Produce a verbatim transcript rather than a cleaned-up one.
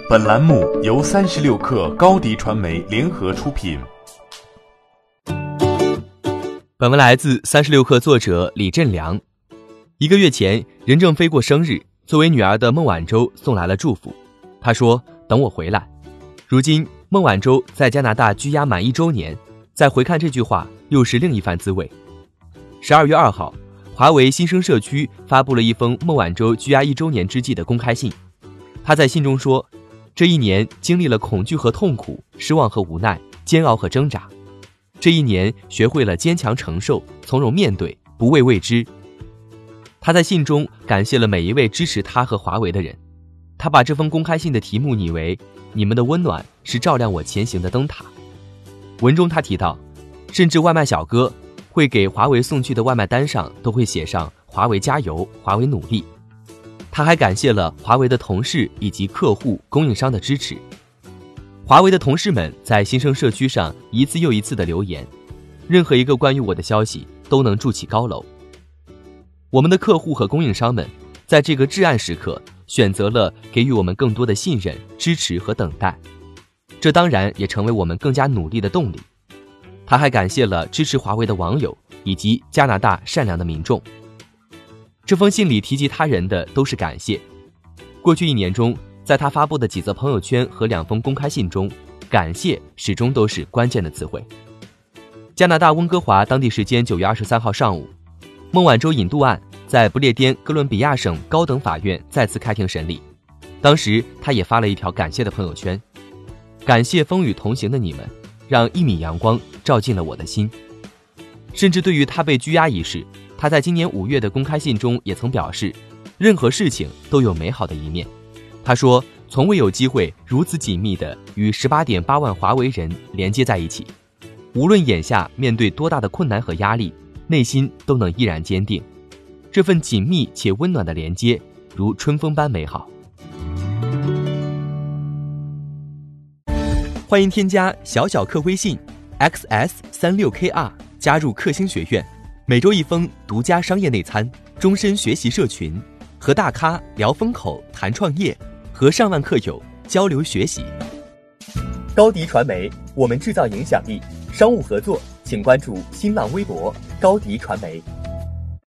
本栏目由三十六氪高迪传媒联合出品。 本文来自三十六氪作者李振良。一个月前，任正非过生日，作为女儿的孟晚舟送来了祝福。她说：“等我回来。”如今，孟晚舟在加拿大居押满一周年，再回看这句话，又是另一番滋味。十二月二号，华为新生社区发布了一封孟晚舟居押一周年之际的公开信。他在信中说，这一年经历了恐惧和痛苦，失望和无奈，煎熬和挣扎。这一年学会了坚强承受，从容面对，不畏未知。他在信中感谢了每一位支持他和华为的人。他把这封公开信的题目拟为你们的温暖是照亮我前行的灯塔。文中他提到，甚至外卖小哥会给华为送去的外卖单上都会写上华为加油，华为努力。他还感谢了华为的同事以及客户供应商的支持。华为的同事们在新生社区上一次又一次的留言，任何一个关于我的消息都能筑起高楼。我们的客户和供应商们在这个至暗时刻选择了给予我们更多的信任、支持和等待，这当然也成为我们更加努力的动力。他还感谢了支持华为的网友以及加拿大善良的民众。这封信里提及他人的都是感谢。过去一年中，在他发布的几则朋友圈和两封公开信中，感谢始终都是关键的词汇。加拿大温哥华当地时间九月二十三号上午，孟晚舟引渡案在不列颠哥伦比亚省高等法院再次开庭审理。当时他也发了一条感谢的朋友圈，感谢风雨同行的你们，让一米阳光照进了我的心。甚至对于他被拘押一事，他在今年五月的公开信中也曾表示，任何事情都有美好的一面。他说，从未有机会如此紧密地与 十八点八万华为人连接在一起，无论眼下面对多大的困难和压力，内心都能依然坚定。这份紧密且温暖的连接，如春风般美好。欢迎添加小小客微信 X S 三六 K R 加入客星学院，每周一封独家商业内参，终身学习社群，和大咖聊风口谈创业，和上万客友交流学习。高迪传媒，我们制造影响力。商务合作请关注新浪微博高迪传媒。